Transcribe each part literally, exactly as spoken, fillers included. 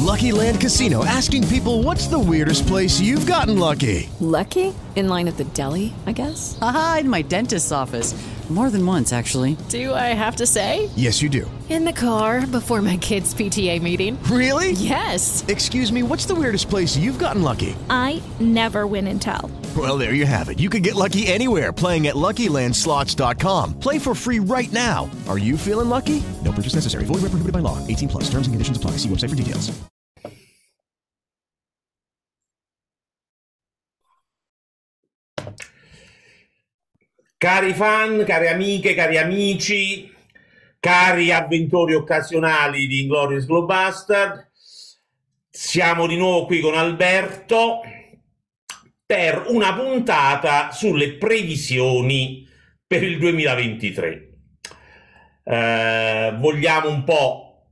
Lucky Land Casino, asking people, what's the weirdest place you've gotten lucky? Lucky? In line at the deli, I guess? Aha, in my dentist's office. More than once, actually. Do I have to say? Yes, you do. In the car before my kids' P T A meeting. Really? Yes. Excuse me, what's the weirdest place you've gotten lucky? I never win and tell. Well, there you have it. You can get lucky anywhere, playing at Lucky Land Slots dot com. Play for free right now. Are you feeling lucky? No purchase necessary. Void where prohibited by law. eighteen plus. Terms and conditions apply. See website for details. Cari fan, cari amiche, cari amici, cari avventori occasionali di Inglourious Globusters, siamo di nuovo qui con Alberto per una puntata sulle previsioni per il duemilaventitré. Eh, vogliamo un po'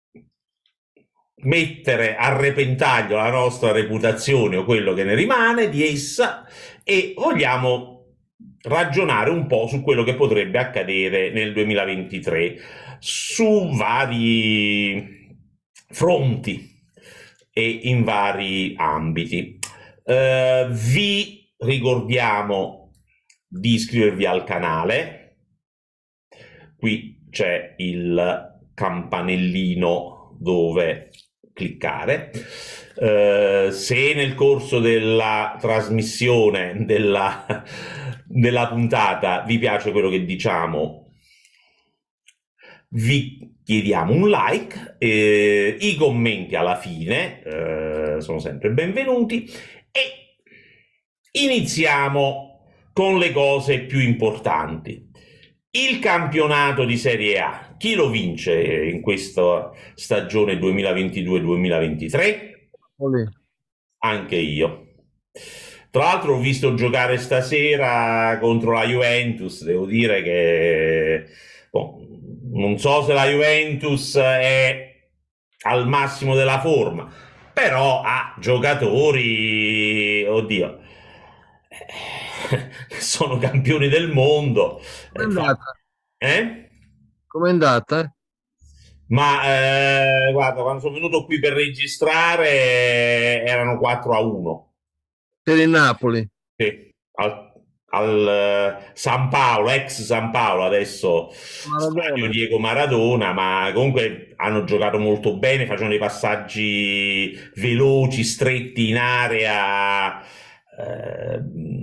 mettere a repentaglio la nostra reputazione o quello che ne rimane di essa e vogliamo ragionare un po' su quello che potrebbe accadere nel duemilaventitré su vari fronti e in vari ambiti. Uh, vi ricordiamo di iscrivervi al canale, qui c'è il campanellino dove cliccare. Uh, se nel corso della trasmissione della, della puntata vi piace quello che diciamo, vi chiediamo un like, eh, i commenti alla fine eh, sono sempre benvenuti e iniziamo con le cose più importanti. Il campionato di Serie A, chi lo vince in questa stagione duemilaventidue duemilaventitré? Anche io. Tra l'altro ho visto giocare stasera contro la Juventus, devo dire che boh, non so se la Juventus è al massimo della forma, però ha giocatori, oddio, sono campioni del mondo. Com'è andata? Eh? Com'è andata? Ma eh, guarda, quando sono venuto qui per registrare erano quattro a uno. Per il Napoli? Sì, al, al uh, San Paolo, ex San Paolo, adesso stadio Diego Maradona, ma comunque hanno giocato molto bene, facevano dei passaggi veloci, stretti in area, eh,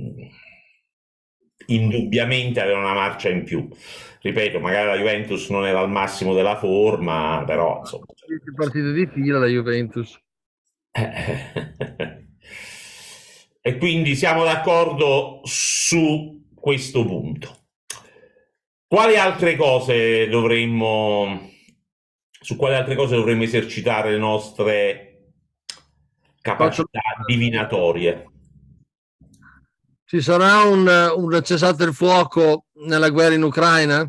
indubbiamente avevano una marcia in più. Ripeto, magari la Juventus non era al massimo della forma, però insomma. Partite di fila la Juventus. E quindi siamo d'accordo su questo punto. Quali altre cose dovremmo, su quali altre cose dovremmo esercitare le nostre capacità divinatorie? Ci sarà un, un cessate il fuoco nella guerra in Ucraina?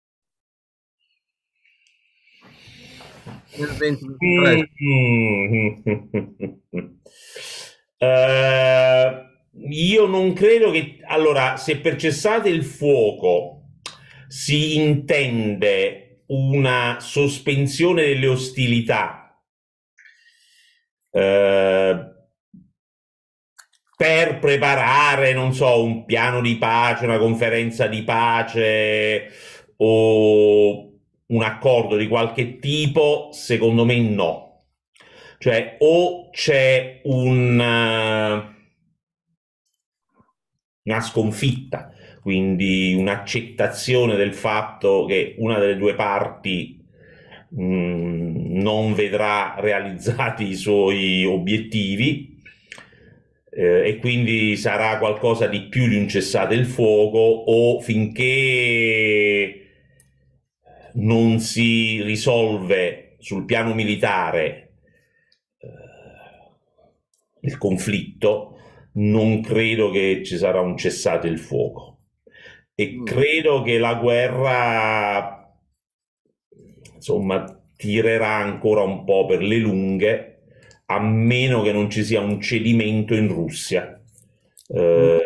Nel duemilaventitré. Mm. Uh, io non credo che, allora, se per cessate il fuoco si intende una sospensione delle ostilità uh, per preparare, non so, un piano di pace, una conferenza di pace o un accordo di qualche tipo, secondo me no. Cioè, o c'è una, una sconfitta, quindi un'accettazione del fatto che una delle due parti mh, non vedrà realizzati i suoi obiettivi, eh, e quindi sarà qualcosa di più di un cessate il fuoco, o finché non si risolve sul piano militare il conflitto, non credo che ci sarà un cessate il fuoco e credo che la guerra insomma tirerà ancora un po' per le lunghe, a meno che non ci sia un cedimento in Russia,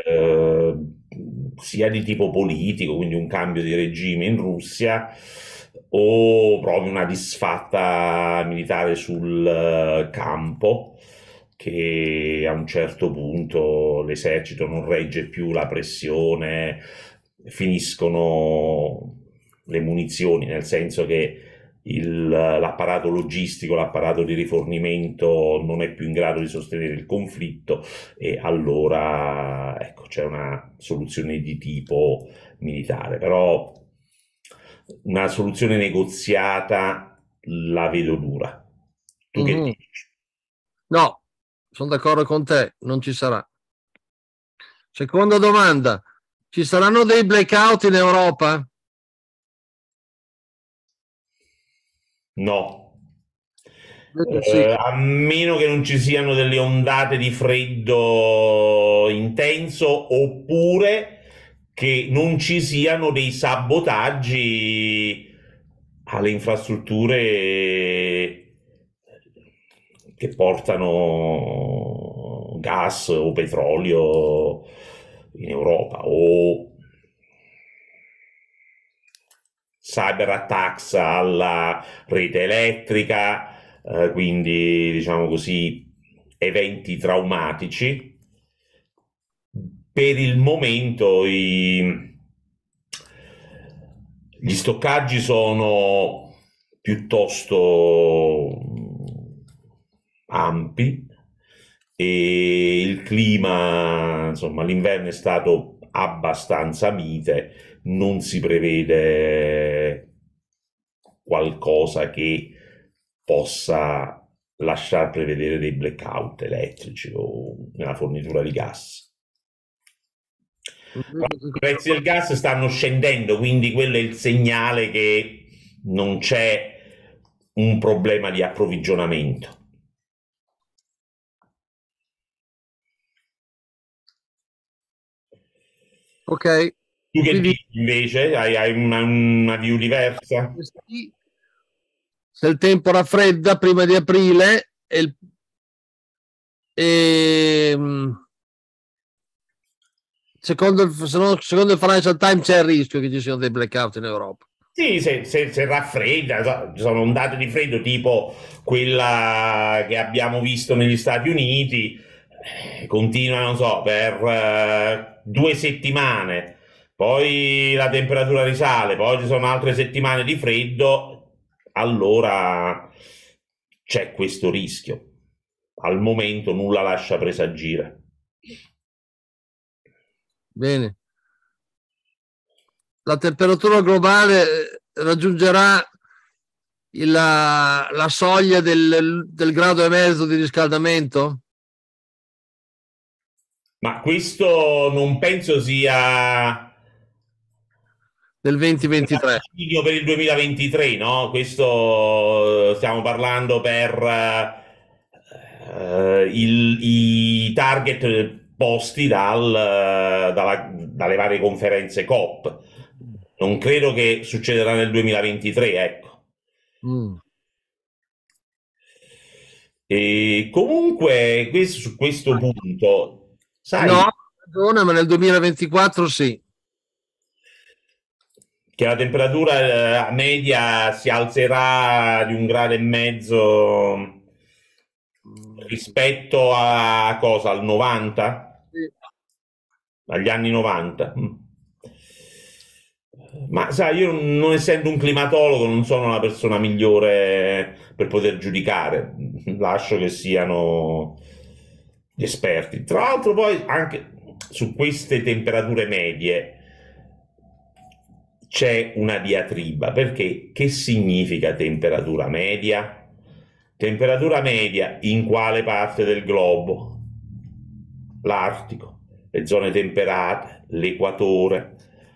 eh, sia di tipo politico, quindi un cambio di regime in Russia, o proprio una disfatta militare sul eh, campo, che a un certo punto l'esercito non regge più la pressione, finiscono le munizioni, nel senso che il, l'apparato logistico, l'apparato di rifornimento non è più in grado di sostenere il conflitto, e allora ecco, c'è una soluzione di tipo militare. Però una soluzione negoziata la vedo dura. Tu che Mhm. dici? No, sono d'accordo con te, non ci sarà. Seconda domanda, ci saranno dei blackout in Europa? No. Invece sì. Eh, a meno che non ci siano delle ondate di freddo intenso, oppure che non ci siano dei sabotaggi alle infrastrutture che portano gas o petrolio in Europa, o cyber attacks alla rete elettrica, eh, quindi diciamo così eventi traumatici. Per il momento i, gli stoccaggi sono piuttosto ampi, e il clima, insomma, l'inverno è stato abbastanza mite, non si prevede qualcosa che possa lasciar prevedere dei blackout elettrici o nella fornitura di gas. I prezzi del gas stanno scendendo, quindi quello è il segnale che non c'è un problema di approvvigionamento. Ok. Tu che Quindi, dici invece? Hai, hai una, una view diversa? se il tempo raffredda prima di aprile e, il, e secondo, il, secondo il Financial Times c'è il rischio che ci siano dei blackout in Europa. Sì, se, se, se raffredda, ci sono ondate di freddo tipo quella che abbiamo visto negli Stati Uniti, eh, continua, non so, per eh, due settimane, poi la temperatura risale, poi ci sono altre settimane di freddo, allora c'è questo rischio. Al momento nulla lascia presagire. Bene. La temperatura globale raggiungerà il, la, la soglia del, del grado e mezzo di riscaldamento? Ma questo non penso sia del duemilaventitré. per il duemilaventitré, no? Questo stiamo parlando per uh, il, i target posti dal, dalla, dalle varie conferenze COP. Non credo che succederà nel duemilaventitré, ecco. Mm. E comunque, questo, su questo punto, sai, no, ragione, ma nel duemilaventiquattro sì. Che la temperatura eh, media si alzerà di un grado e mezzo rispetto a cosa? Al novanta? Sì. Agli anni novanta? Ma sai, io non essendo un climatologo non sono la persona migliore per poter giudicare, lascio che siano gli esperti. Tra l'altro poi anche su queste temperature medie c'è una diatriba, perché che significa temperatura media? Temperatura media in quale parte del globo? L'Artico, le zone temperate, l'equatore,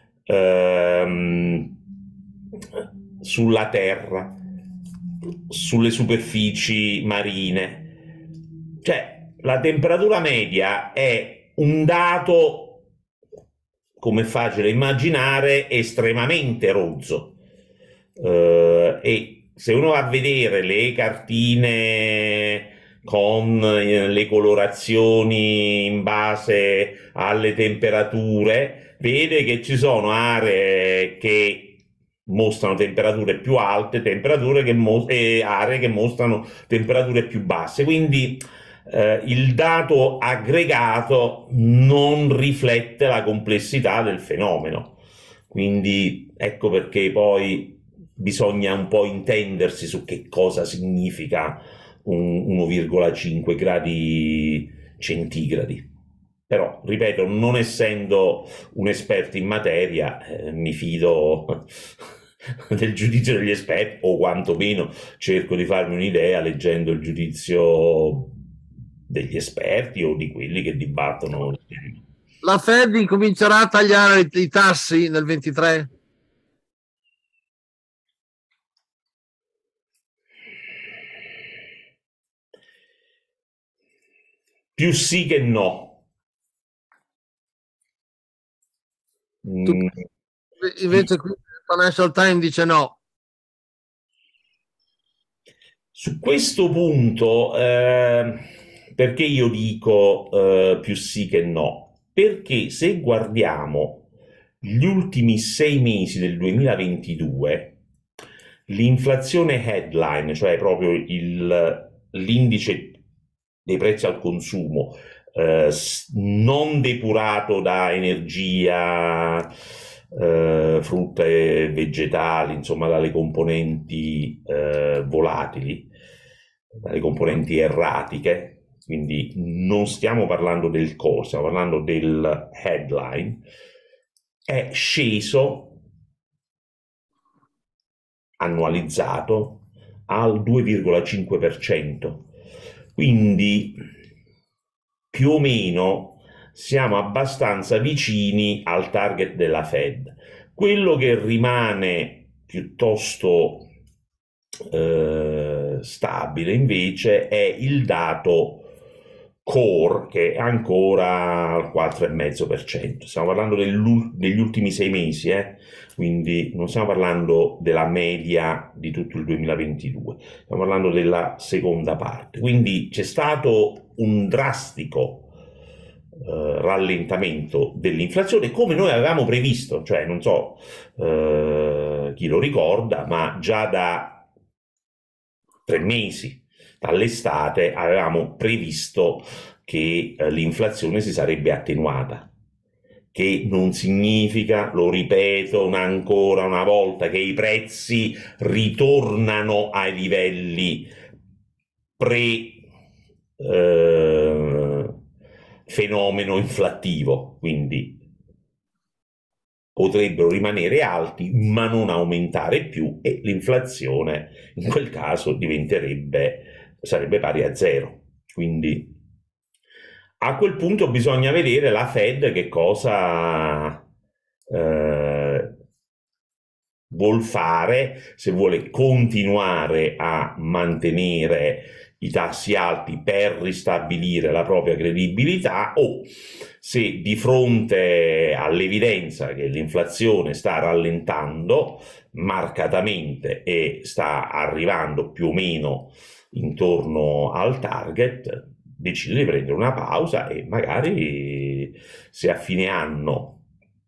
ehm, sulla terra, sulle superfici marine. Cioè, la temperatura media è un dato, come è facile immaginare, estremamente rozzo. Uh, e se uno va a vedere le cartine con eh, le colorazioni in base alle temperature, vede che ci sono aree che mostrano temperature più alte, temperature che mo- e aree che mostrano temperature più basse. Quindi eh, il dato aggregato non riflette la complessità del fenomeno. Quindi ecco perché poi bisogna un po' intendersi su che cosa significa un uno virgola cinque gradi centigradi. Però, ripeto, non essendo un esperto in materia, eh, mi fido del giudizio degli esperti, o quantomeno cerco di farmi un'idea leggendo il giudizio degli esperti o di quelli che dibattono. La Fed incomincerà a tagliare i tassi nel ventitré? Più sì che no. Mm. Invece qui Financial Times dice no. Su questo punto, eh, perché io dico eh, più sì che no? Perché se guardiamo gli ultimi sei mesi del duemilaventidue, l'inflazione headline, cioè proprio il, l'indice dei prezzi al consumo, eh, non depurato da energia, eh, frutta e vegetali, insomma dalle componenti eh, volatili, dalle componenti erratiche, quindi non stiamo parlando del core, stiamo parlando del headline, è sceso annualizzato al due virgola cinque per cento. Quindi più o meno siamo abbastanza vicini al target della Fed. Quello che rimane piuttosto eh, stabile invece è il dato core, che è ancora al quattro virgola cinque per cento. Stiamo parlando degli ultimi sei mesi, eh? Quindi non stiamo parlando della media di tutto il duemilaventidue, stiamo parlando della seconda parte. Quindi c'è stato un drastico eh, rallentamento dell'inflazione, come noi avevamo previsto, cioè non so eh, chi lo ricorda, ma già da tre mesi, dall'estate, avevamo previsto che eh, l'inflazione si sarebbe attenuata, che non significa, lo ripeto una, ancora una volta, che i prezzi ritornano ai livelli pre eh, fenomeno inflattivo, quindi potrebbero rimanere alti ma non aumentare più, e l'inflazione in quel caso diventerebbe, sarebbe pari a zero. Quindi a quel punto bisogna vedere la Fed che cosa eh, vuol fare, se vuole continuare a mantenere i tassi alti per ristabilire la propria credibilità, o se di fronte all'evidenza che l'inflazione sta rallentando marcatamente e sta arrivando più o meno intorno al target, decide di prendere una pausa e magari, se a fine anno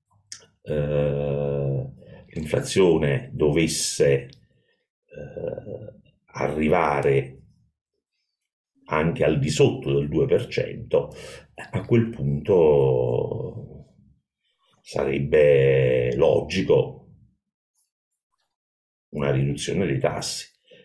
eh, l'inflazione dovesse eh, arrivare anche al di sotto del due per cento, a quel punto sarebbe logico una riduzione dei tassi.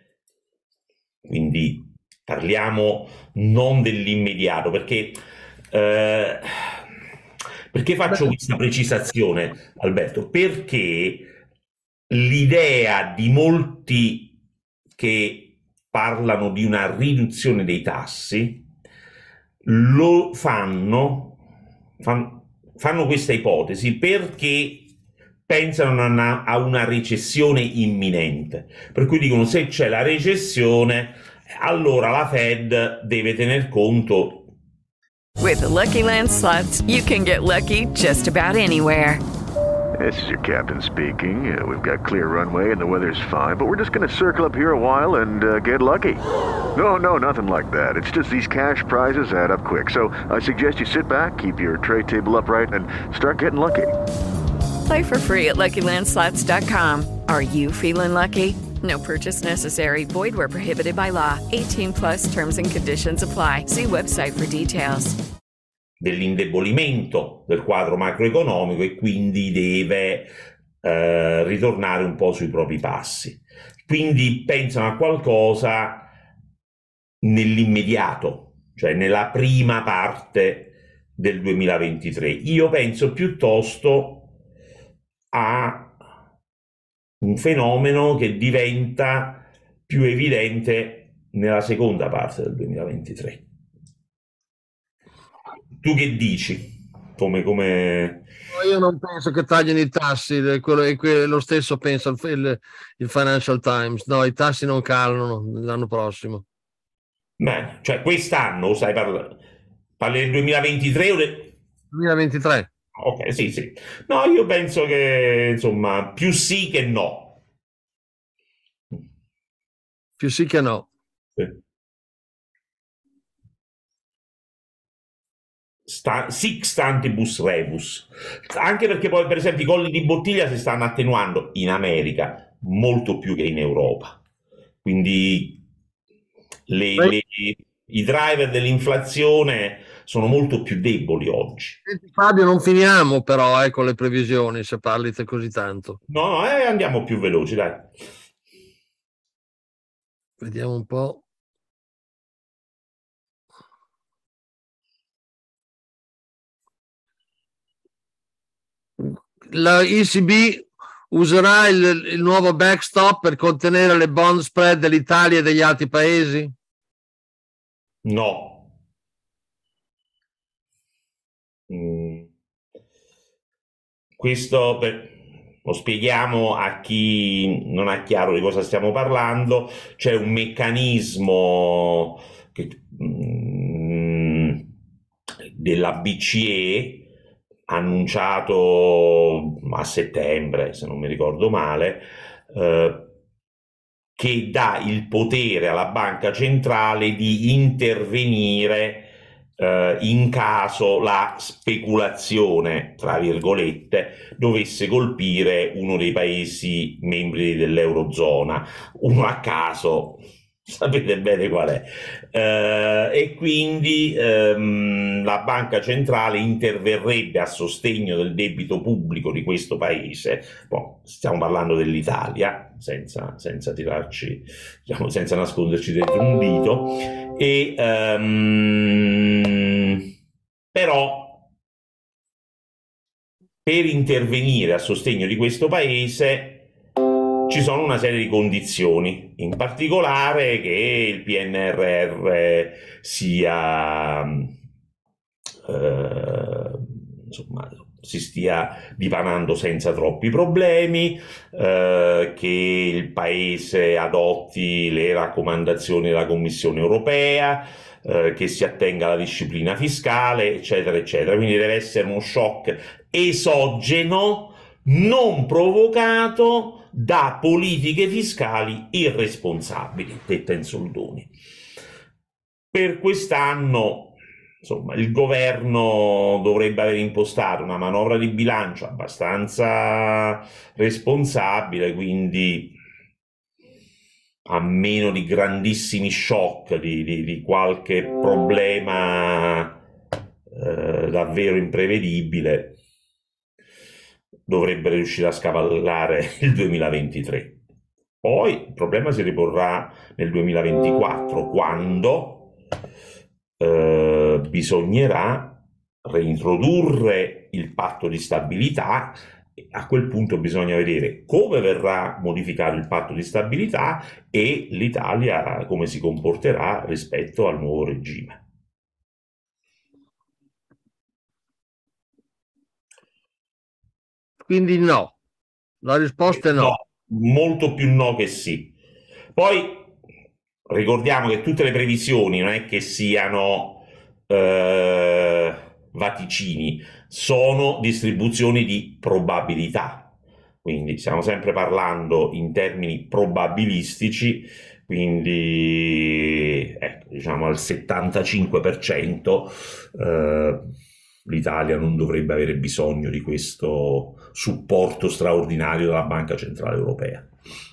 Quindi parliamo non dell'immediato, perché eh, perché faccio questa precisazione, Alberto? Perché l'idea di molti che parlano di una riduzione dei tassi lo fanno, fanno, fanno questa ipotesi perché pensano a una, a una recessione imminente, per cui dicono: se c'è la recessione, allora la Fed deve tener conto. With the Lucky Land Slots, you can get lucky just about anywhere. This is your captain speaking. Uh, we've got clear runway and the weather's fine, but we're just going to circle up here a while and uh, get lucky. No, no, nothing like that. It's just these cash prizes add up quick. So I suggest you sit back, keep your tray table upright, and start getting lucky. Play for free at Lucky Land Slots dot com. Are you feeling lucky? No purchase necessary. Void where prohibited by law. eighteen plus terms and conditions apply. See website for details. Dell'indebolimento del quadro macroeconomico e quindi deve eh, ritornare un po' sui propri passi. Quindi pensano a qualcosa nell'immediato, cioè nella prima parte del duemilaventitré. Io penso piuttosto a un fenomeno che diventa più evidente nella seconda parte del duemilaventitré. Tu che dici? Come, come... Io non penso che taglino i tassi, quello, lo stesso pensa il, il, il Financial Times. No, i tassi non calano l'anno prossimo. Beh, cioè quest'anno, sai, parli, parli del duemilaventitré o del... duemilaventitré. Ok, sì, sì. No, io penso che, insomma, più sì che no. Più sì che no. Sì. Sta, sic stantibus rebus. Anche perché poi, per esempio, i colli di bottiglia si stanno attenuando in America molto più che in Europa. Quindi le, le, i driver dell'inflazione sono molto più deboli oggi. Fabio, non finiamo però eh, con le previsioni, se parli te così tanto. No, no, eh, andiamo più veloci, dai. Vediamo un po'. La E C B userà il, il nuovo backstop per contenere le bond spread dell'Italia e degli altri paesi? No. Mm. Questo per, lo spieghiamo a chi non ha chiaro di cosa stiamo parlando. C'è un meccanismo che, mm, della B C E annunciato a settembre, se non mi ricordo male, eh, che dà il potere alla banca centrale di intervenire eh, in caso la speculazione, tra virgolette, dovesse colpire uno dei paesi membri dell'Eurozona, uno a caso, sapete bene qual è, eh, e quindi ehm, la banca centrale interverrebbe a sostegno del debito pubblico di questo paese. Boh, stiamo parlando dell'Italia, senza, senza tirarci, diciamo, senza nasconderci dentro un dito, e ehm, però per intervenire a sostegno di questo paese ci sono una serie di condizioni, in particolare che il P N R R sia eh, insomma, si stia dipanando senza troppi problemi, eh, che il paese adotti le raccomandazioni della Commissione europea, eh, che si attenga alla disciplina fiscale, eccetera, eccetera. Quindi deve essere uno shock esogeno non provocato da politiche fiscali irresponsabili, detta in soldoni. Per quest'anno, insomma, il governo dovrebbe aver impostato una manovra di bilancio abbastanza responsabile, quindi a meno di grandissimi shock, di, di, di qualche problema eh, davvero imprevedibile, dovrebbe riuscire a scavallare il duemilaventitré. Poi il problema si riporrà nel duemilaventiquattro, quando eh, bisognerà reintrodurre il patto di stabilità. A quel punto bisogna vedere come verrà modificato il patto di stabilità e l'Italia come si comporterà rispetto al nuovo regime. Quindi no, la risposta è no. No, molto più no che sì. Poi ricordiamo che tutte le previsioni non è che siano eh, vaticini, sono distribuzioni di probabilità, quindi stiamo sempre parlando in termini probabilistici, quindi ecco, diciamo al settantacinque per cento eh, l'Italia non dovrebbe avere bisogno di questo supporto straordinario dalla Banca Centrale Europea.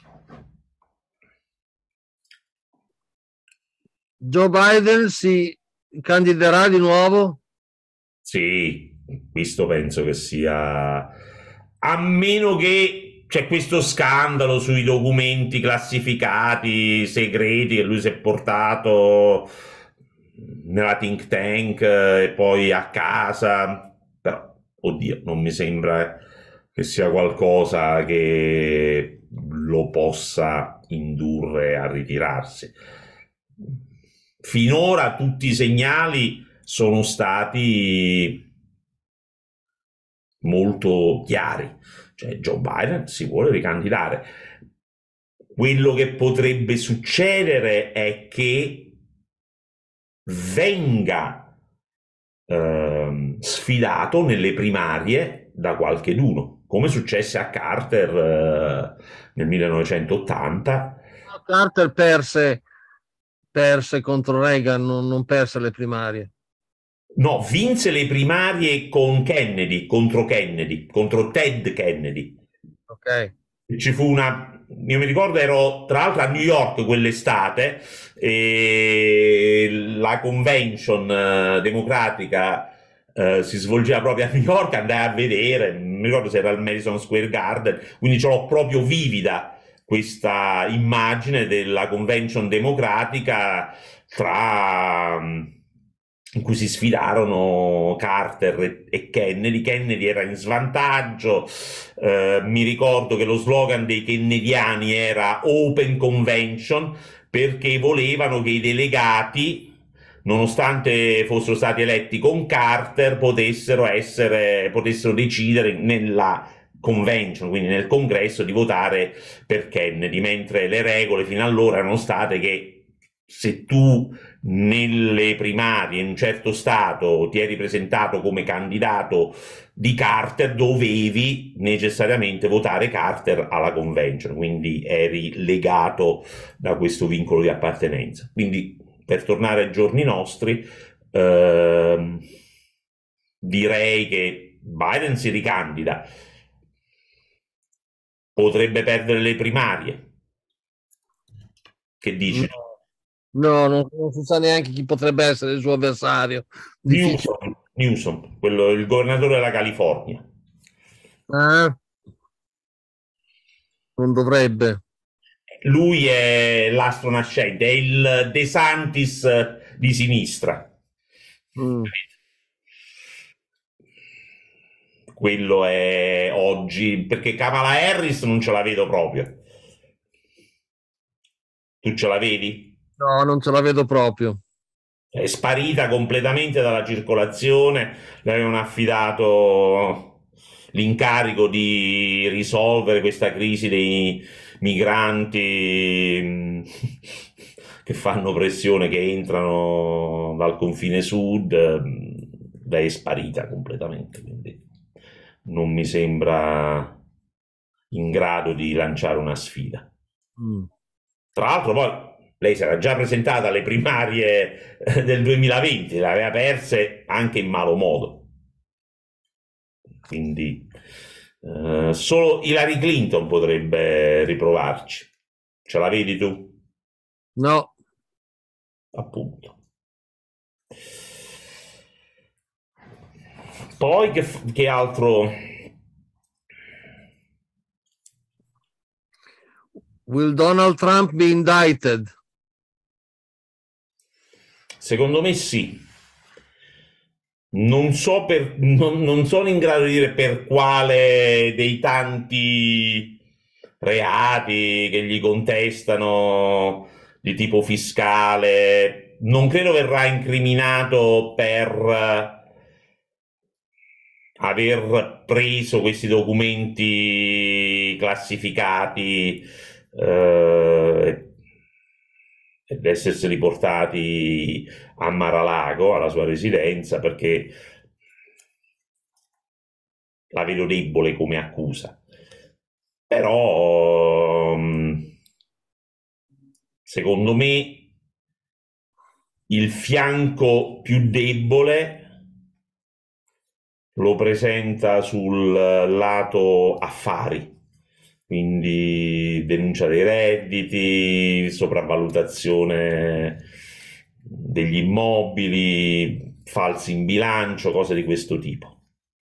Joe Biden si candiderà di nuovo? Sì, questo penso che sia, a meno che c'è questo scandalo sui documenti classificati, segreti, che lui si è portato nella think tank e poi a casa, però, oddio, non mi sembra che sia qualcosa che lo possa indurre a ritirarsi. Finora tutti i segnali sono stati molto chiari, cioè Joe Biden si vuole ricandidare. Quello che potrebbe succedere è che venga eh, sfidato nelle primarie da qualcheduno, come successe a Carter eh, nel millenovecentottanta. Carter perse, perse contro Reagan, non, non perse le primarie. No, vinse le primarie con Kennedy, contro Kennedy, contro Ted Kennedy. Ok. Ci fu una, io mi ricordo, ero tra l'altro a New York quell'estate e la convention eh, democratica eh, si svolgeva proprio a New York, andai a vedere, non mi ricordo se era al Madison Square Garden, quindi ce l'ho proprio vivida questa immagine della convention democratica tra... in cui si sfidarono Carter e Kennedy. Kennedy era in svantaggio, eh, mi ricordo che lo slogan dei kennediani era Open Convention, perché volevano che i delegati, nonostante fossero stati eletti con Carter, potessero essere, potessero decidere nella convention, quindi nel congresso, di votare per Kennedy, mentre le regole fino allora erano state che se tu nelle primarie in un certo stato ti eri presentato come candidato di Carter, dovevi necessariamente votare Carter alla convention, quindi eri legato da questo vincolo di appartenenza. Quindi, per tornare ai giorni nostri, ehm, direi che Biden si ricandida, potrebbe perdere le primarie. Che dice? No. No, non, non si sa neanche chi potrebbe essere il suo avversario. Newsom, Newsom, quello, il governatore della California. Ah, non dovrebbe. Lui è l'astro nascente, è il DeSantis di sinistra. Mm. Quello è oggi, perché Kamala Harris non ce la vedo proprio. Tu ce la vedi? No, non ce la vedo proprio. È sparita completamente dalla circolazione, le avevano affidato l'incarico di risolvere questa crisi dei migranti che fanno pressione, che entrano dal confine sud. Lei è sparita completamente, quindi non mi sembra in grado di lanciare una sfida. Mm. Tra l'altro poi lei si era già presentata alle primarie del duemilaventi, le aveva perse anche in malo modo. Quindi eh, solo Hillary Clinton potrebbe riprovarci. Ce la vedi tu? No. Appunto. Poi che, che altro? Will Donald Trump be indicted? Secondo me sì. Non so per, non, non sono in grado di dire per quale dei tanti reati che gli contestano di tipo fiscale. Non credo verrà incriminato per aver preso questi documenti classificati eh, ed esserseli portati a Mar-a-Lago, alla sua residenza, perché la vedo debole come accusa. Però secondo me il fianco più debole lo presenta sul lato affari, quindi denuncia dei redditi, sopravvalutazione degli immobili, falsi in bilancio, cose di questo tipo.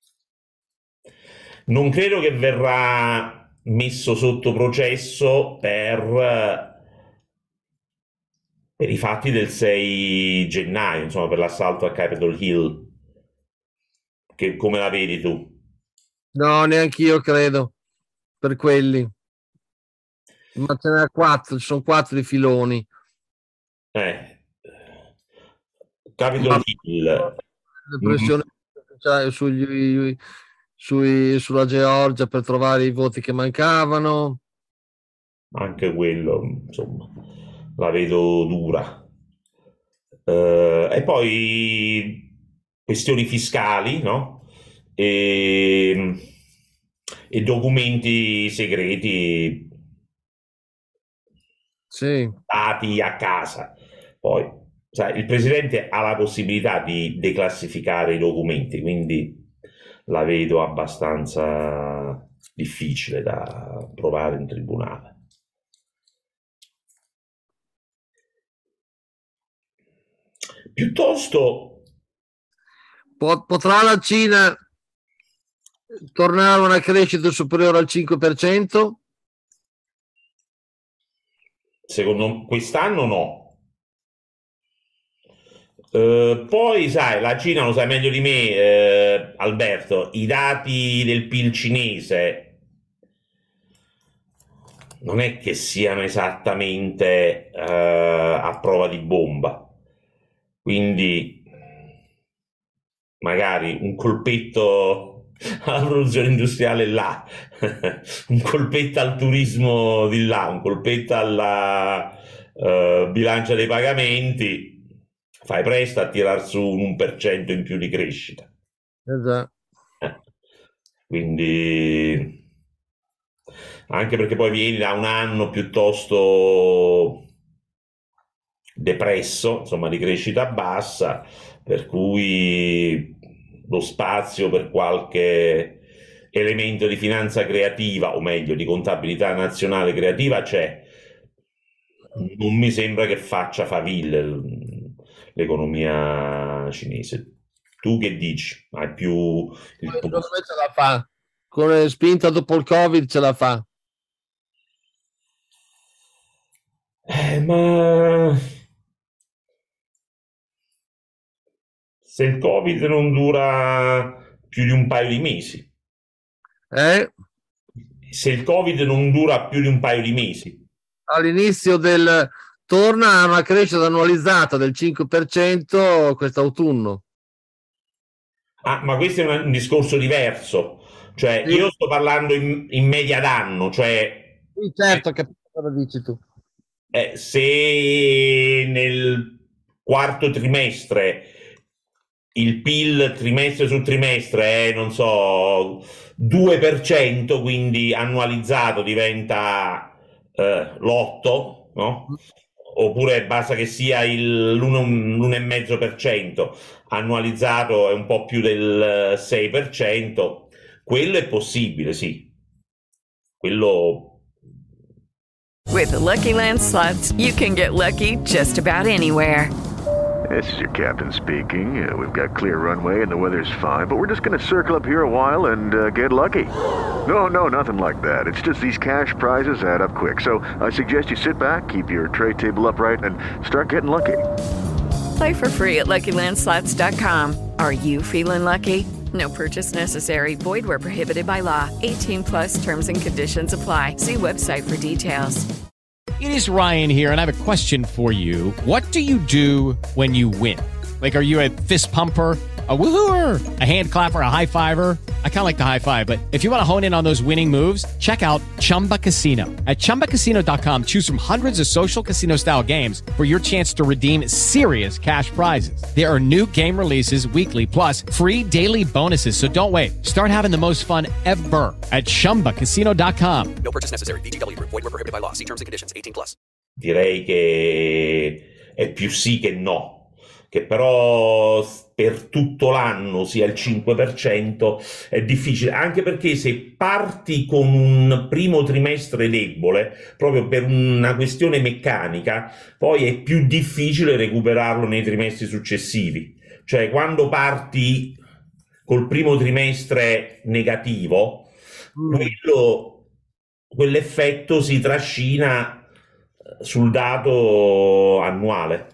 Non credo che verrà messo sotto processo per, per i fatti del sei gennaio, insomma, per l'assalto a Capitol Hill. Che, come la vedi tu? No, neanche io credo, per quelli. Ma ce n'è quattro, ci sono quattro di filoni. Eh. Capitol Hill. Le pressioni mm. sugli, sui, sulla Georgia per trovare i voti che mancavano. Anche quello, insomma, la vedo dura. Uh, e poi questioni fiscali, no? E, e documenti segreti, sì, dati a casa. Poi, sai, il presidente ha la possibilità di declassificare i documenti, quindi la vedo abbastanza difficile da provare in tribunale. Piuttosto potrà la Cina tornare a una crescita superiore al cinque per cento? Secondo me quest'anno no. Eh, poi sai, la Cina lo sai meglio di me, eh, Alberto, i dati del P I L cinese non è che siano esattamente eh, a prova di bomba, quindi magari un colpetto alla produzione industriale là, un colpetto al turismo di là, un colpetto alla uh, bilancia dei pagamenti, fai presto a tirar su un uno per cento in più di crescita. Esatto. Eh. Quindi anche perché poi vieni da un anno piuttosto depresso, insomma, di crescita bassa, per cui lo spazio per qualche elemento di finanza creativa, o meglio di contabilità nazionale creativa, c'è. Non mi sembra che faccia faville l'economia cinese. Tu che dici? Hai più il Secondo me ce la fa, con spinta dopo il Covid ce la fa. Eh, ma se il Covid non dura più di un paio di mesi, eh? se il Covid non dura più di un paio di mesi, all'inizio del torna a una crescita annualizzata del cinque per cento quest'autunno. Ah, ma questo è un discorso diverso, cioè sì. Io sto parlando in, in media d'anno, cioè sì, certo, che cosa dici tu? Eh, se nel quarto trimestre il P I L trimestre su trimestre è, non so, due per cento, quindi annualizzato diventa eh, l'otto, no? Oppure basta che sia l'uno virgola cinque per cento, annualizzato è un po' più del sei per cento, quello è possibile, sì. Quello. With the Lucky Land Slots, you can get lucky just about anywhere. This is your captain speaking. Uh, we've got clear runway and the weather's fine, but we're just going to circle up here a while and uh, get lucky. No, no, nothing like that. It's just these cash prizes add up quick. So I suggest you sit back, keep your tray table upright, and start getting lucky. Play for free at Lucky Land Slots dot com. Are you feeling lucky? No purchase necessary. Void where prohibited by law. eighteen plus terms and conditions apply. See website for details. It is Ryan here, and I have a question for you. What do you do when you win? Like, are you a fist pumper, a woohooer, a hand clapper, a high fiver? I kind of like the high five, but if you want to hone in on those winning moves, check out Chumba Casino. At chumba casino dot com, choose from hundreds of social casino style games for your chance to redeem serious cash prizes. There are new game releases weekly, plus free daily bonuses. So don't wait. Start having the most fun ever at chumba casino dot com. No purchase necessary. V G W Group. Void where prohibited by law. See terms and conditions. eighteen plus. Direi che è più sì che no. che però per tutto l'anno sia il cinque per cento è difficile, anche perché se parti con un primo trimestre debole, proprio per una questione meccanica, poi è più difficile recuperarlo nei trimestri successivi. Cioè, quando parti col primo trimestre negativo, mm. quello, quell'effetto si trascina sul dato annuale.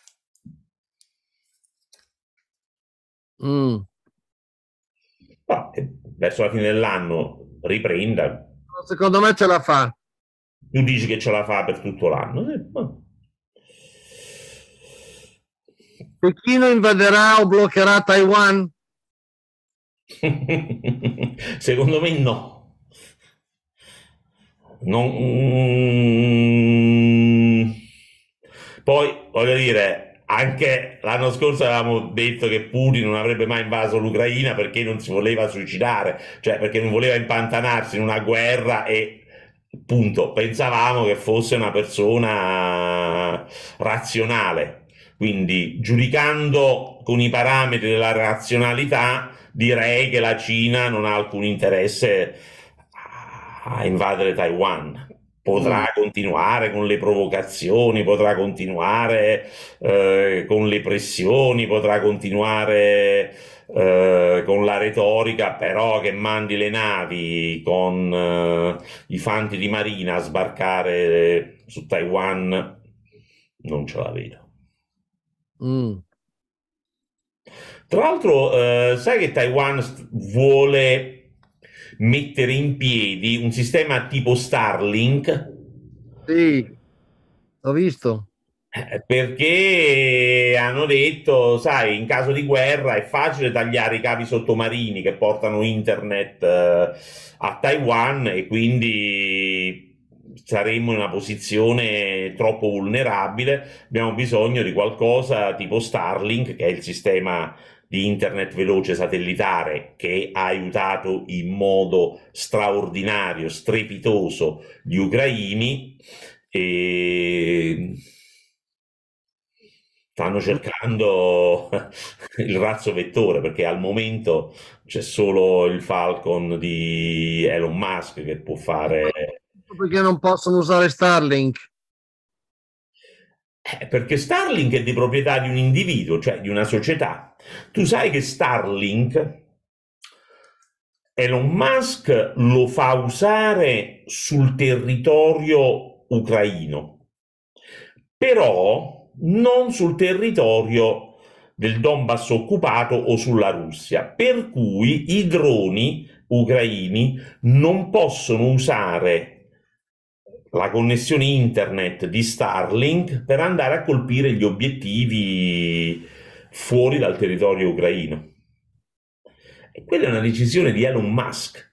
Mm. No, verso la fine dell'anno riprenda. Secondo me ce la fa. Tu dici che ce la fa per tutto l'anno? Eh, no. Pechino invaderà o bloccherà Taiwan? Secondo me no. Non... Mm... Poi, voglio dire, anche l'anno scorso avevamo detto che Putin non avrebbe mai invaso l'Ucraina perché non si voleva suicidare, cioè perché non voleva impantanarsi in una guerra e appunto pensavamo che fosse una persona razionale. Quindi, giudicando con i parametri della razionalità, direi che la Cina non ha alcun interesse a invadere Taiwan. Potrà mm. continuare con le provocazioni, potrà continuare eh, con le pressioni, potrà continuare eh, con la retorica, però che mandi le navi con eh, i fanti di marina a sbarcare su Taiwan non ce la vedo. Mm. Tra l'altro, eh, sai che Taiwan vuole mettere in piedi un sistema tipo Starlink? Sì, ho visto. Eh, perché hanno detto, sai, in caso di guerra è facile tagliare i cavi sottomarini che portano internet eh, a Taiwan e quindi saremmo in una posizione troppo vulnerabile. Abbiamo bisogno di qualcosa tipo Starlink, che è il sistema di internet veloce satellitare che ha aiutato in modo straordinario, strepitoso gli ucraini, e stanno cercando il razzo vettore, perché al momento c'è solo il Falcon di Elon Musk che può fare. Perché non possono usare Starlink? Eh, perché Starlink è di proprietà di un individuo, cioè di una società. Tu sai che Starlink Elon Musk lo fa usare sul territorio ucraino, però non sul territorio del Donbass occupato o sulla Russia, per cui i droni ucraini non possono usare la connessione internet di Starlink per andare a colpire gli obiettivi fuori dal territorio ucraino. E quella è una decisione di Elon Musk.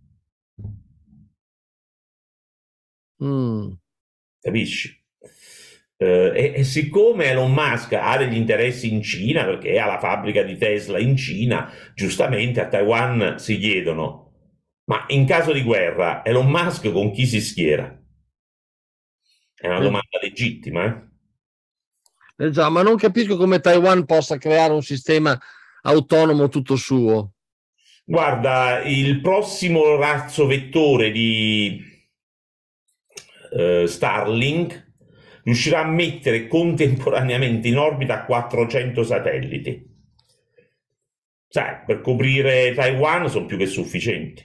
Mm. Capisci? Eh, e, e siccome Elon Musk ha degli interessi in Cina, perché ha la fabbrica di Tesla in Cina, giustamente a Taiwan si chiedono: ma in caso di guerra Elon Musk con chi si schiera? È una domanda legittima, eh? Eh già, ma non capisco come Taiwan possa creare un sistema autonomo tutto suo. Guarda, il prossimo razzo vettore di eh, Starlink riuscirà a mettere contemporaneamente in orbita quattrocento satelliti. Sai, per coprire Taiwan sono più che sufficienti.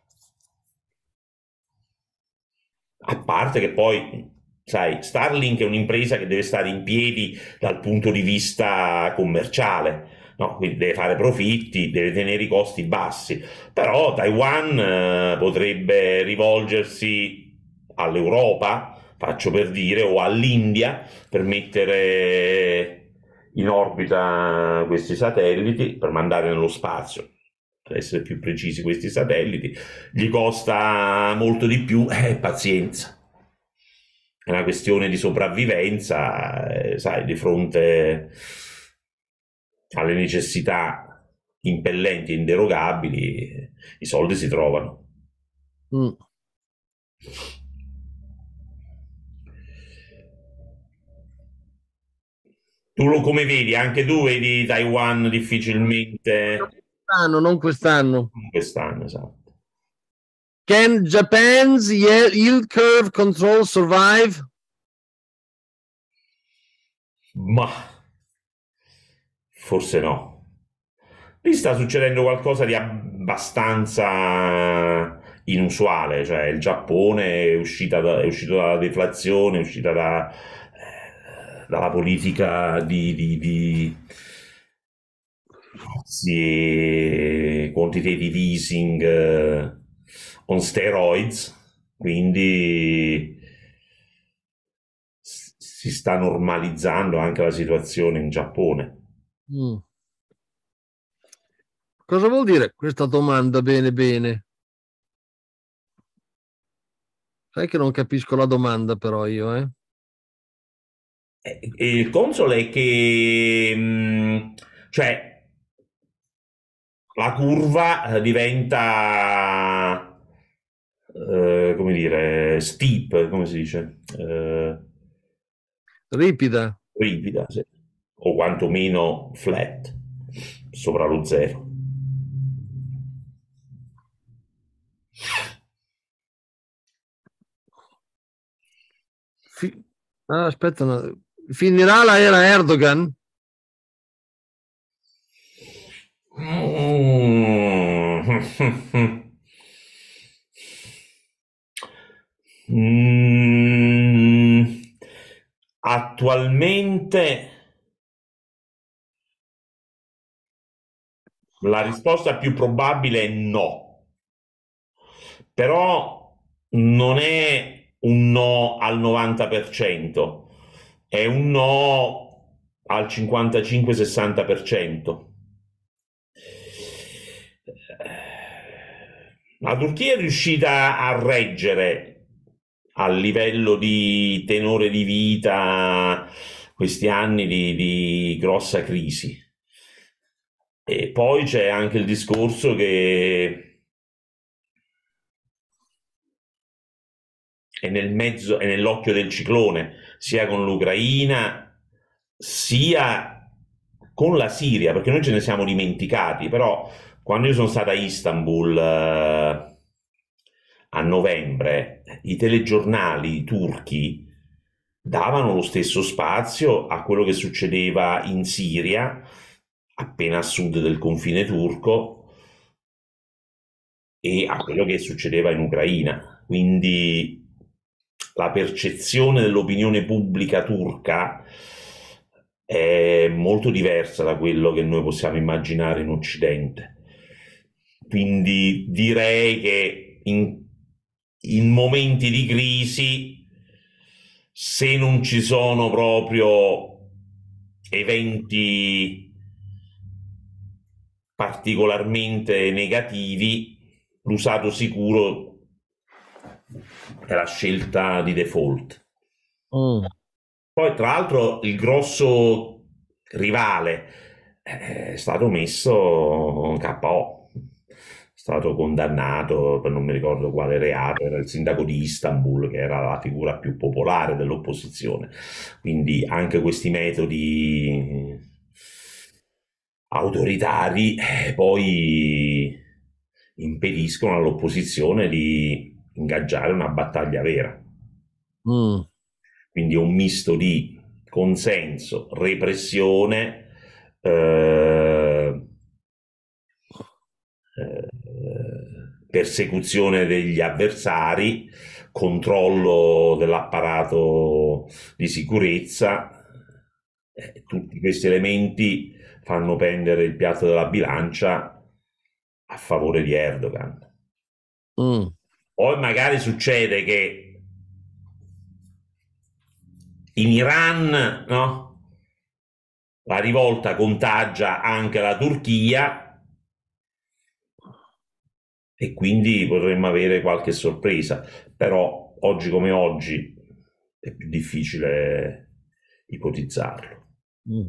A parte che poi, sai, Starlink è un'impresa che deve stare in piedi dal punto di vista commerciale, no? Quindi deve fare profitti, deve tenere i costi bassi, però Taiwan eh, potrebbe rivolgersi all'Europa, faccio per dire, o all'India per mettere in orbita questi satelliti, per mandare nello spazio, per essere più precisi, questi satelliti. Gli costa molto di più, eh, pazienza. È una questione di sopravvivenza, eh, sai, di fronte alle necessità impellenti e inderogabili, i soldi si trovano. Mm. Tu lo come vedi? Anche tu vedi Taiwan difficilmente? Quest'anno, non quest'anno. Quest'anno, esatto. Can Japan's yield curve control survive? Ma forse no. Lì sta succedendo qualcosa di abbastanza inusuale, cioè il Giappone è, uscita da, è uscito dalla deflazione, è uscita da, eh, dalla politica di, di, di sì, quantitative easing eh, on steroids, quindi si sta normalizzando anche la situazione in Giappone. Mm. Cosa vuol dire questa domanda bene bene? Sai che non capisco la domanda però io, eh? E, e il console è che mh, cioè la curva diventa eh, come dire steep, come si dice? Eh, ripida. Ripida, sì. O quantomeno flat sopra lo zero. Fi- ah, aspetta, no. Finirà la era Erdogan? Mm. mm. Attualmente la risposta più probabile è no, però non è un no al novanta per cento, è un no al cinquantacinque sessanta per cento. La Turchia è riuscita a reggere a livello di tenore di vita questi anni di, di grossa crisi. E poi c'è anche il discorso che è nel mezzo, è nell'occhio del ciclone, sia con l'Ucraina, sia con la Siria, perché noi ce ne siamo dimenticati, però quando io sono stato a Istanbul eh, a novembre, i telegiornali turchi davano lo stesso spazio a quello che succedeva in Siria, appena a sud del confine turco, e a quello che succedeva in Ucraina. Quindi la percezione dell'opinione pubblica turca è molto diversa da quello che noi possiamo immaginare in Occidente. Quindi direi che in, in momenti di crisi, se non ci sono proprio eventi particolarmente negativi, l'usato sicuro è la scelta di default. Mm. Poi tra l'altro il grosso rivale è stato messo K O, è stato condannato per non mi ricordo quale reato, era il sindaco di Istanbul, che era la figura più popolare dell'opposizione. Quindi anche questi metodi autoritari eh, poi impediscono all'opposizione di ingaggiare una battaglia vera. Mm. Quindi è un misto di consenso, repressione, eh, eh, persecuzione degli avversari, controllo dell'apparato di sicurezza. Eh, tutti questi elementi fanno pendere il piatto della bilancia a favore di Erdogan. Mm. Poi magari succede che in Iran, no? La rivolta contagia anche la Turchia e quindi potremmo avere qualche sorpresa, però oggi come oggi è più difficile ipotizzarlo. Mm.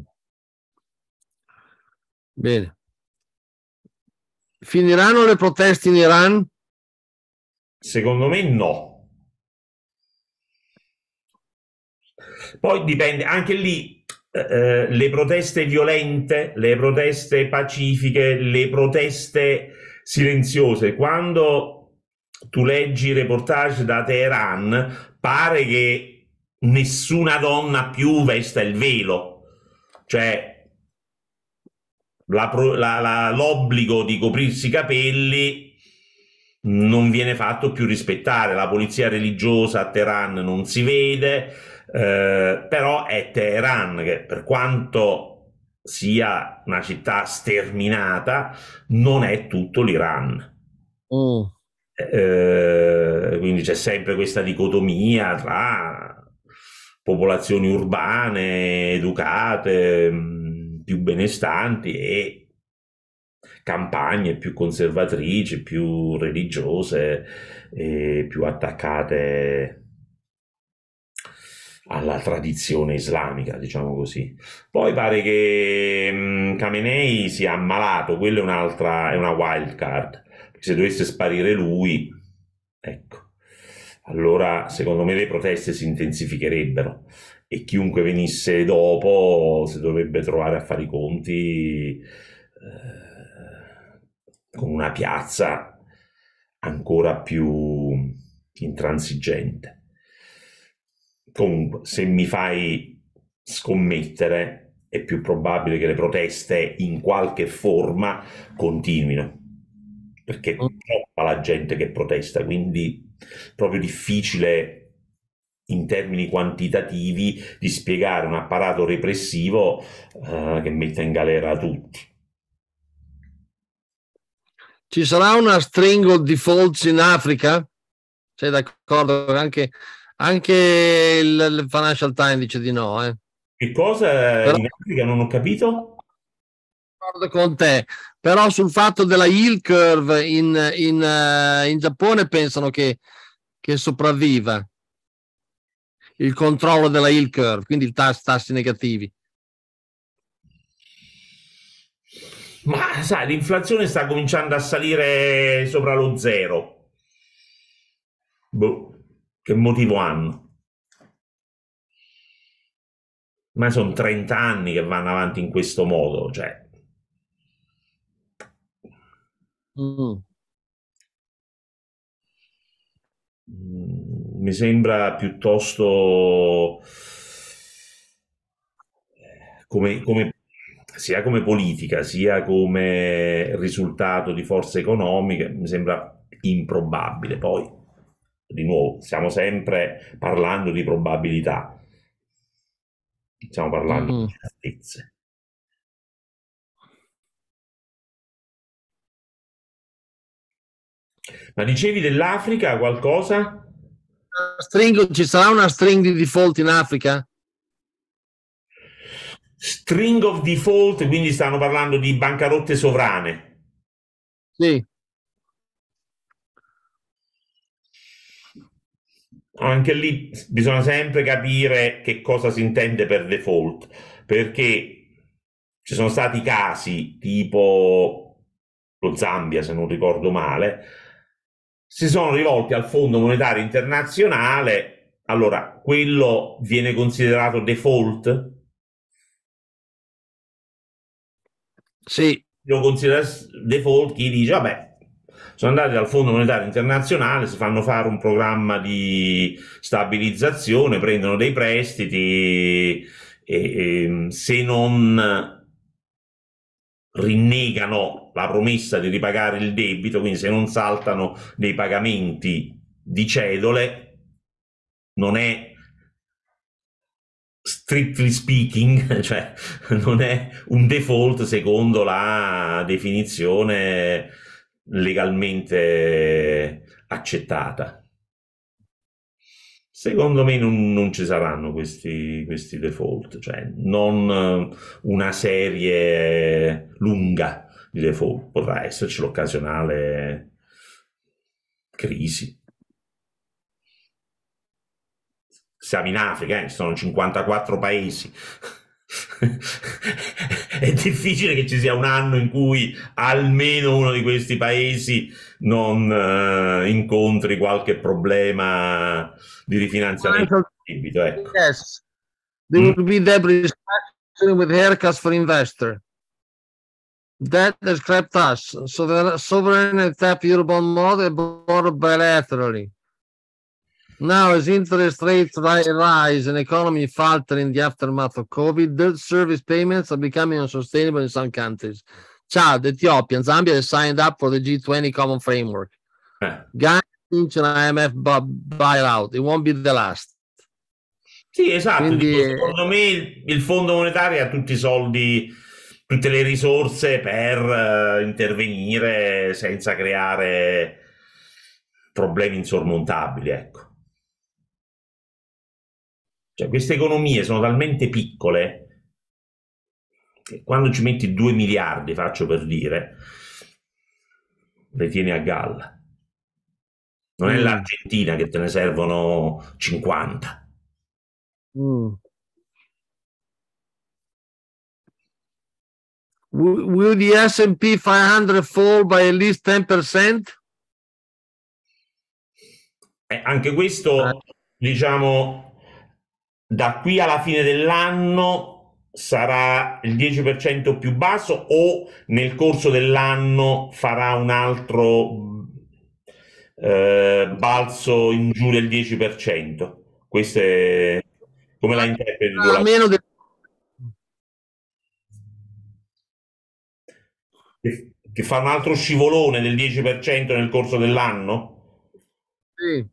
Bene. Finiranno le proteste in Iran? Secondo me no. Poi dipende, anche lì eh, le proteste violente, le proteste pacifiche, le proteste silenziose. Quando tu leggi reportage da Teheran, pare che nessuna donna più vesta il velo, cioè la, la, la, l'obbligo di coprirsi i capelli non viene fatto più rispettare. La polizia religiosa a Teheran non si vede, eh, però è Teheran che, per quanto sia una città sterminata, non è tutto l'Iran. Mm. Eh, quindi c'è sempre questa dicotomia tra popolazioni urbane, educate, più benestanti, e campagne più conservatrici, più religiose e più attaccate alla tradizione islamica, diciamo così. Poi pare che mh, Khamenei sia ammalato, quello è un'altra, è una wild card. Se dovesse sparire lui, ecco, allora secondo me le proteste si intensificherebbero e chiunque venisse dopo si dovrebbe trovare a fare i conti eh, con una piazza ancora più intransigente. Comunque, se mi fai scommettere, è più probabile che le proteste in qualche forma continuino, perché è troppa la gente che protesta, quindi è proprio difficile in termini quantitativi di spiegare un apparato repressivo uh, che metta in galera tutti. Ci sarà una string of defaults in Africa? Sei d'accordo? Anche, anche il, il Financial Times dice di no. Eh. Che cosa però, in Africa? Non ho capito. D'accordo con te, però sul fatto della yield curve in, in, uh, in Giappone pensano che, che sopravviva il controllo della yield curve, quindi i tassi, tassi negativi. Ma sai, l'inflazione sta cominciando a salire sopra lo zero. Boh, che motivo hanno? Ma sono trenta anni che vanno avanti in questo modo, cioè. Mm. Mi sembra piuttosto come, come sia come politica sia come risultato di forze economiche, mi sembra improbabile. Poi di nuovo stiamo sempre parlando di probabilità, stiamo parlando mm. di certezze. Ma dicevi dell'Africa qualcosa? String, ci sarà una string di default in Africa? String of default, quindi stanno parlando di bancarotte sovrane. Sì. Anche lì bisogna sempre capire che cosa si intende per default, perché ci sono stati casi tipo lo Zambia, se non ricordo male, si sono rivolti al Fondo Monetario Internazionale. Allora, quello viene considerato default? Sì. Lo considera default chi dice, vabbè, sono andati dal Fondo Monetario Internazionale, si fanno fare un programma di stabilizzazione, prendono dei prestiti e, e se non rinnegano la promessa di ripagare il debito, quindi se non saltano dei pagamenti di cedole, non è strictly speaking, cioè non è un default secondo la definizione legalmente accettata. Secondo me non, non ci saranno questi, questi default, cioè non una serie lunga di default, potrà esserci l'occasionale crisi. Siamo in Africa, eh, sono cinquantaquattro paesi. È difficile che ci sia un anno in cui almeno uno di questi paesi non uh, incontri qualche problema di rifinanziamento del debito. Ecco. Yes. There will be debt with haircuts for investor. That has crept us. So the sovereign and tap Eurobond model bought bilaterally. Now, as interest rates ri- rise and economy falter in the aftermath of COVID, debt service payments are becoming unsustainable in some countries. Chad, Ethiopia, and Zambia have signed up for the G twenty Common Framework. Eh. Ghana vince un I M F bu- bailout. It won't be the last. Sì, esatto. Quindi, Dico, eh, secondo me il, il Fondo Monetario ha tutti i soldi, tutte le risorse per eh, intervenire senza creare problemi insormontabili, ecco. Cioè, queste economie sono talmente piccole che quando ci metti due miliardi, faccio per dire, le tieni a galla. Non è Mm. l'Argentina che te ne servono cinquanta. Mm. Will will the S and P five hundred fall by at least ten percent? Eh, anche questo, diciamo, da qui alla fine dell'anno sarà il dieci per cento più basso o nel corso dell'anno farà un altro eh, balzo in giù del dieci per cento? Questo è come la interpreti tu? A La- meno del Che, che fa un altro scivolone del dieci per cento nel corso dell'anno? sì.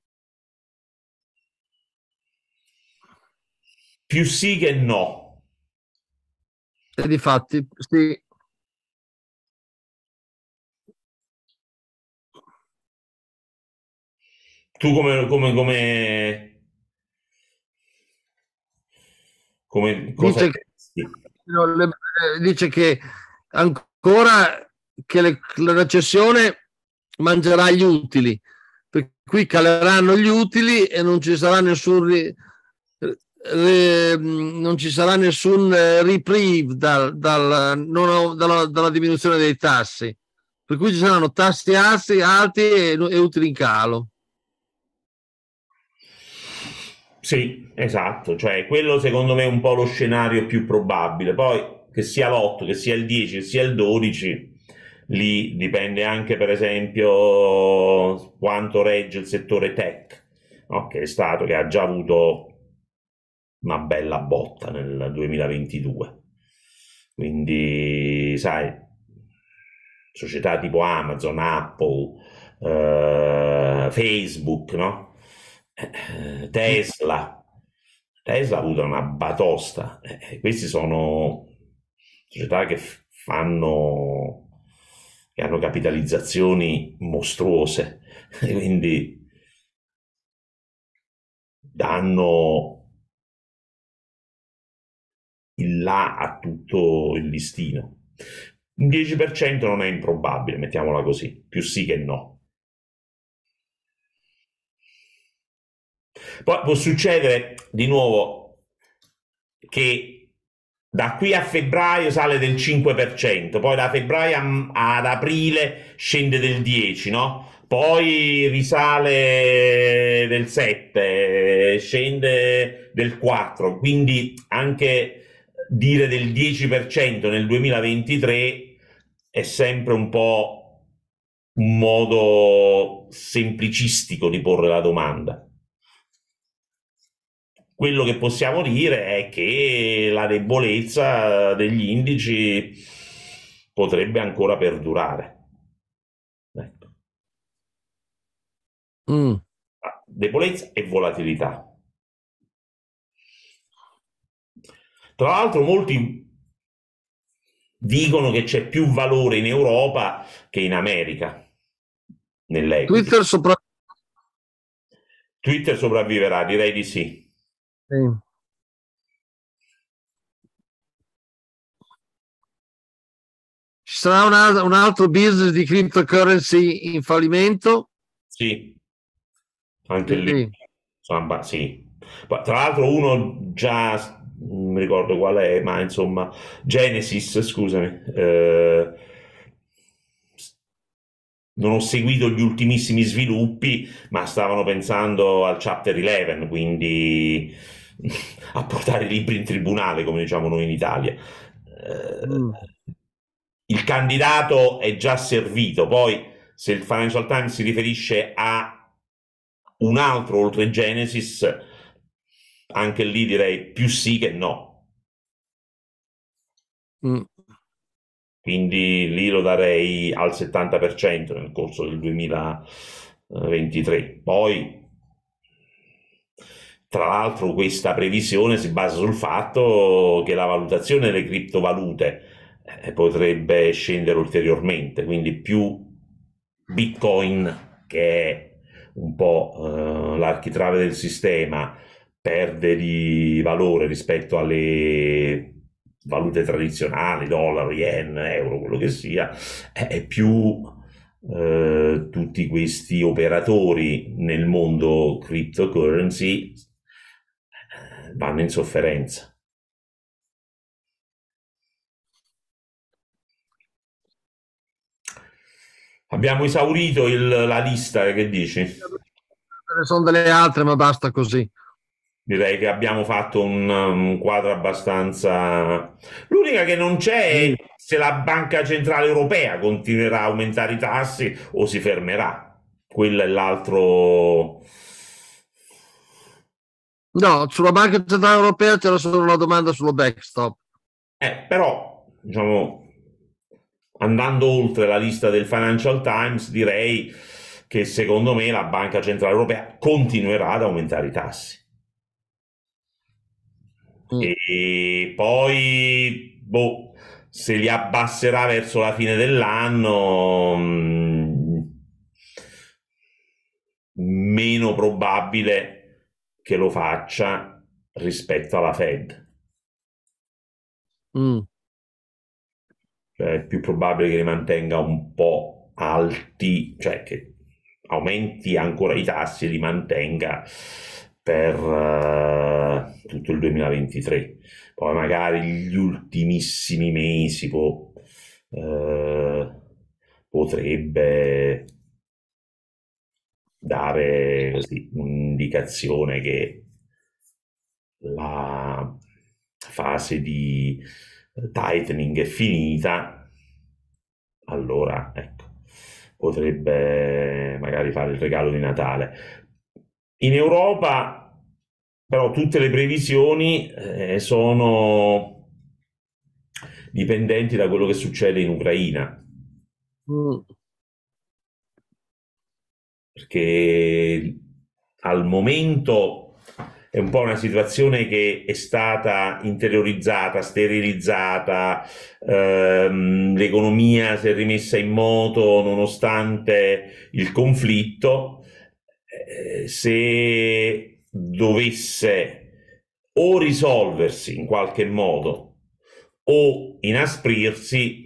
Più sì che no. E difatti, sì. Tu come come come come cosa Dice che, pensi? no, le- eh, dice che ancora che le- la recessione mangerà gli utili, per cui caleranno gli utili e non ci sarà nessun ri- re- non ci sarà nessun eh, reprieve dal- dal- non- dalla, dalla diminuzione dei tassi, per cui ci saranno tassi alti, alti e, e utili in calo. Sì, esatto, cioè quello secondo me è un po' lo scenario più probabile. Poi che sia l'otto, che sia il dieci, che sia il dodici, lì dipende anche per esempio quanto regge il settore tech, no? Che è stato, che ha già avuto una bella botta nel duemilaventidue. Quindi, sai, società tipo Amazon, Apple, eh, Facebook, no? Eh, Tesla. Tesla ha avuto una batosta. Eh, questi sono società che f- fanno, che hanno capitalizzazioni mostruose, quindi danno il là a tutto il listino. Un dieci per cento non è improbabile, mettiamola così, più sì che no. Poi può succedere di nuovo che da qui a febbraio sale del cinque per cento, poi da febbraio a- ad aprile scende del dieci, no? Poi risale del sette, scende del quattro, quindi anche dire del dieci per cento nel duemilaventitré è sempre un po' un modo semplicistico di porre la domanda. Quello che possiamo dire è che la debolezza degli indici potrebbe ancora perdurare. Ecco. Mm. Debolezza e volatilità. Tra l'altro molti dicono che c'è più valore in Europa che in America nell'equity. Twitter sopra... Twitter sopravviverà, direi di sì. sì. Ci sarà un, al- un altro business di cryptocurrency in fallimento? Sì, anche Sì. lì. Insomma, sì. Poi, tra l'altro uno già, non mi ricordo qual è, ma insomma, Genesis, scusami, eh, non ho seguito gli ultimissimi sviluppi, ma stavano pensando al Chapter undici, quindi a portare libri in tribunale, come diciamo noi in Italia. Eh, Mm. Il candidato è già servito, poi se il Financial Times si riferisce a un altro oltre Genesis, anche lì direi più sì che no. Mm. Quindi lì lo darei al settanta per cento nel corso del duemilaventitré. Poi, tra l'altro, questa previsione si basa sul fatto che la valutazione delle criptovalute eh, potrebbe scendere ulteriormente, quindi più Bitcoin, che è un po' eh, l'architrave del sistema, perde di valore rispetto alle valute tradizionali, dollaro, yen, euro, quello che sia, è più eh, tutti questi operatori nel mondo cryptocurrency eh, vanno in sofferenza. Abbiamo esaurito il, la lista, che dici? Ce ne sono delle altre, ma basta così. Direi che abbiamo fatto un, un quadro abbastanza... L'unica che non c'è è se la Banca Centrale Europea continuerà a aumentare i tassi o si fermerà. Quello è l'altro... No, sulla Banca Centrale Europea c'era solo una domanda sullo backstop. Eh, però, diciamo, andando oltre la lista del Financial Times, direi che secondo me la Banca Centrale Europea continuerà ad aumentare i tassi. Mm. E poi, boh, se li abbasserà verso la fine dell'anno, mh, meno probabile che lo faccia rispetto alla Fed. Mm. Cioè, è più probabile che li mantenga un po' alti, cioè che aumenti ancora i tassi e li mantenga per uh, tutto il duemilaventitré. Poi magari gli ultimissimi mesi po- uh, potrebbe dare così un'indicazione che la fase di tightening è finita, allora ecco, potrebbe magari fare il regalo di Natale. In Europa però tutte le previsioni eh, sono dipendenti da quello che succede in Ucraina. Mm. Perché al momento è un po' una situazione che è stata interiorizzata, sterilizzata, ehm, l'economia si è rimessa in moto nonostante il conflitto. Eh, se dovesse o risolversi in qualche modo o inasprirsi,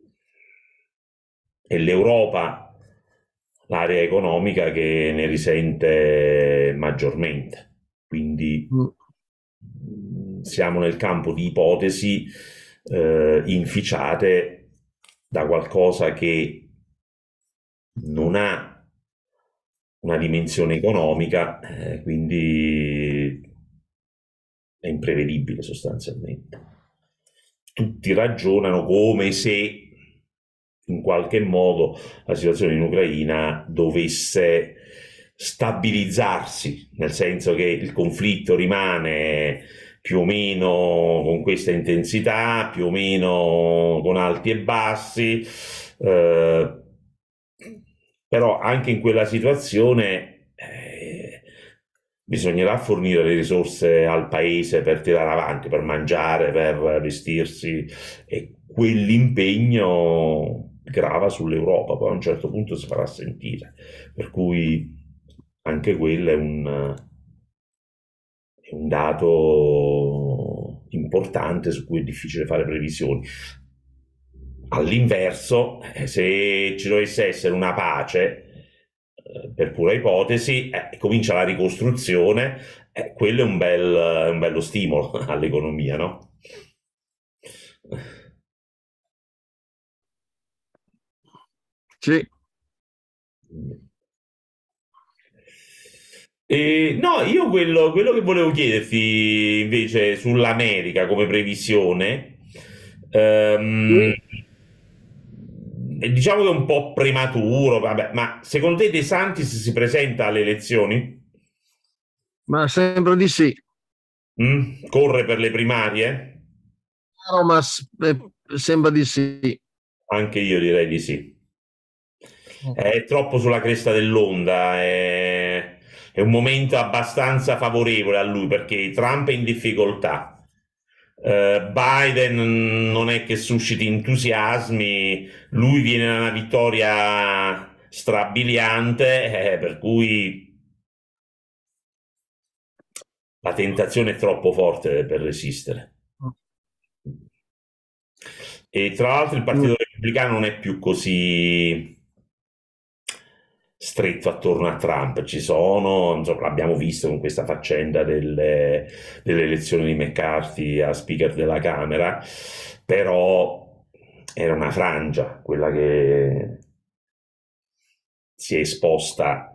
è l'Europa, l'area economica, che ne risente maggiormente. Quindi mm. siamo nel campo di ipotesi eh, inficiate da qualcosa che non ha una dimensione economica, eh, quindi è imprevedibile sostanzialmente. Tutti ragionano come se in qualche modo la situazione in Ucraina dovesse stabilizzarsi, nel senso che il conflitto rimane più o meno con questa intensità, più o meno con alti e bassi, eh, però anche in quella situazione eh, bisognerà fornire le risorse al paese per tirare avanti, per mangiare, per vestirsi, e quell'impegno grava sull'Europa, poi a un certo punto si farà sentire, per cui anche quello è un, è un dato importante su cui è difficile fare previsioni. All'inverso, se ci dovesse essere una pace, eh, per pura ipotesi, eh, comincia la ricostruzione, eh, quello è un, bel, un bello stimolo all'economia, no? Sì. E, no, io quello, quello che volevo chiederti invece sull'America come previsione, ehm, Sì. e diciamo che è un po' prematuro, vabbè, ma secondo te De Santis si presenta alle elezioni? Ma sembra di sì. Mm? Corre per le primarie? No, ma s- eh, sembra di sì. Anche io direi di sì. È troppo sulla cresta dell'onda, è, è un momento abbastanza favorevole a lui perché Trump è in difficoltà. Eh, Biden non è che susciti entusiasmi, lui viene da una vittoria strabiliante, eh, per cui la tentazione è troppo forte per resistere. E tra l'altro il Partito Repubblicano non è più così stretto attorno a Trump, ci sono, insomma, l'abbiamo visto con questa faccenda delle, delle elezioni di McCarthy a Speaker della Camera, però era una frangia quella che si è esposta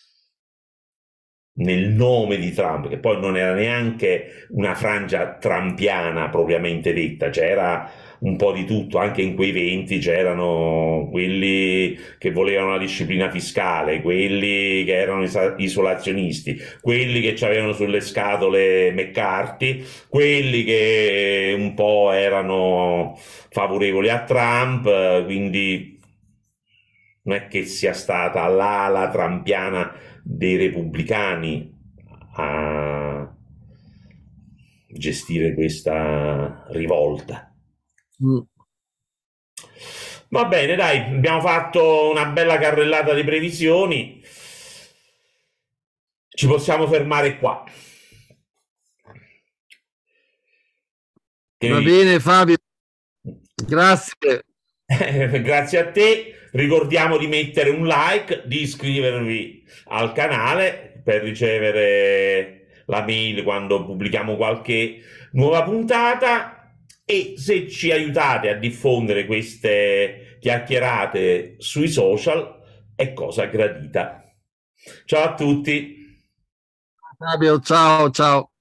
nel nome di Trump, che poi non era neanche una frangia trumpiana propriamente detta, c'era un po' di tutto, anche in quei venti c'erano quelli che volevano la disciplina fiscale, quelli che erano isolazionisti, quelli che avevano sulle scatole McCarthy, quelli che un po' erano favorevoli a Trump, quindi non è che sia stata l'ala trumpiana dei repubblicani a gestire questa rivolta. Mm. Va bene, dai, abbiamo fatto una bella carrellata di previsioni. Ci possiamo fermare qua. Che Va bene, Fabio. Grazie. Grazie a te. Ricordiamo di mettere un like, di iscrivervi al canale per ricevere la mail quando pubblichiamo qualche nuova puntata, e se ci aiutate a diffondere queste chiacchierate sui social è cosa gradita. Ciao a tutti. Fabio, ciao, ciao.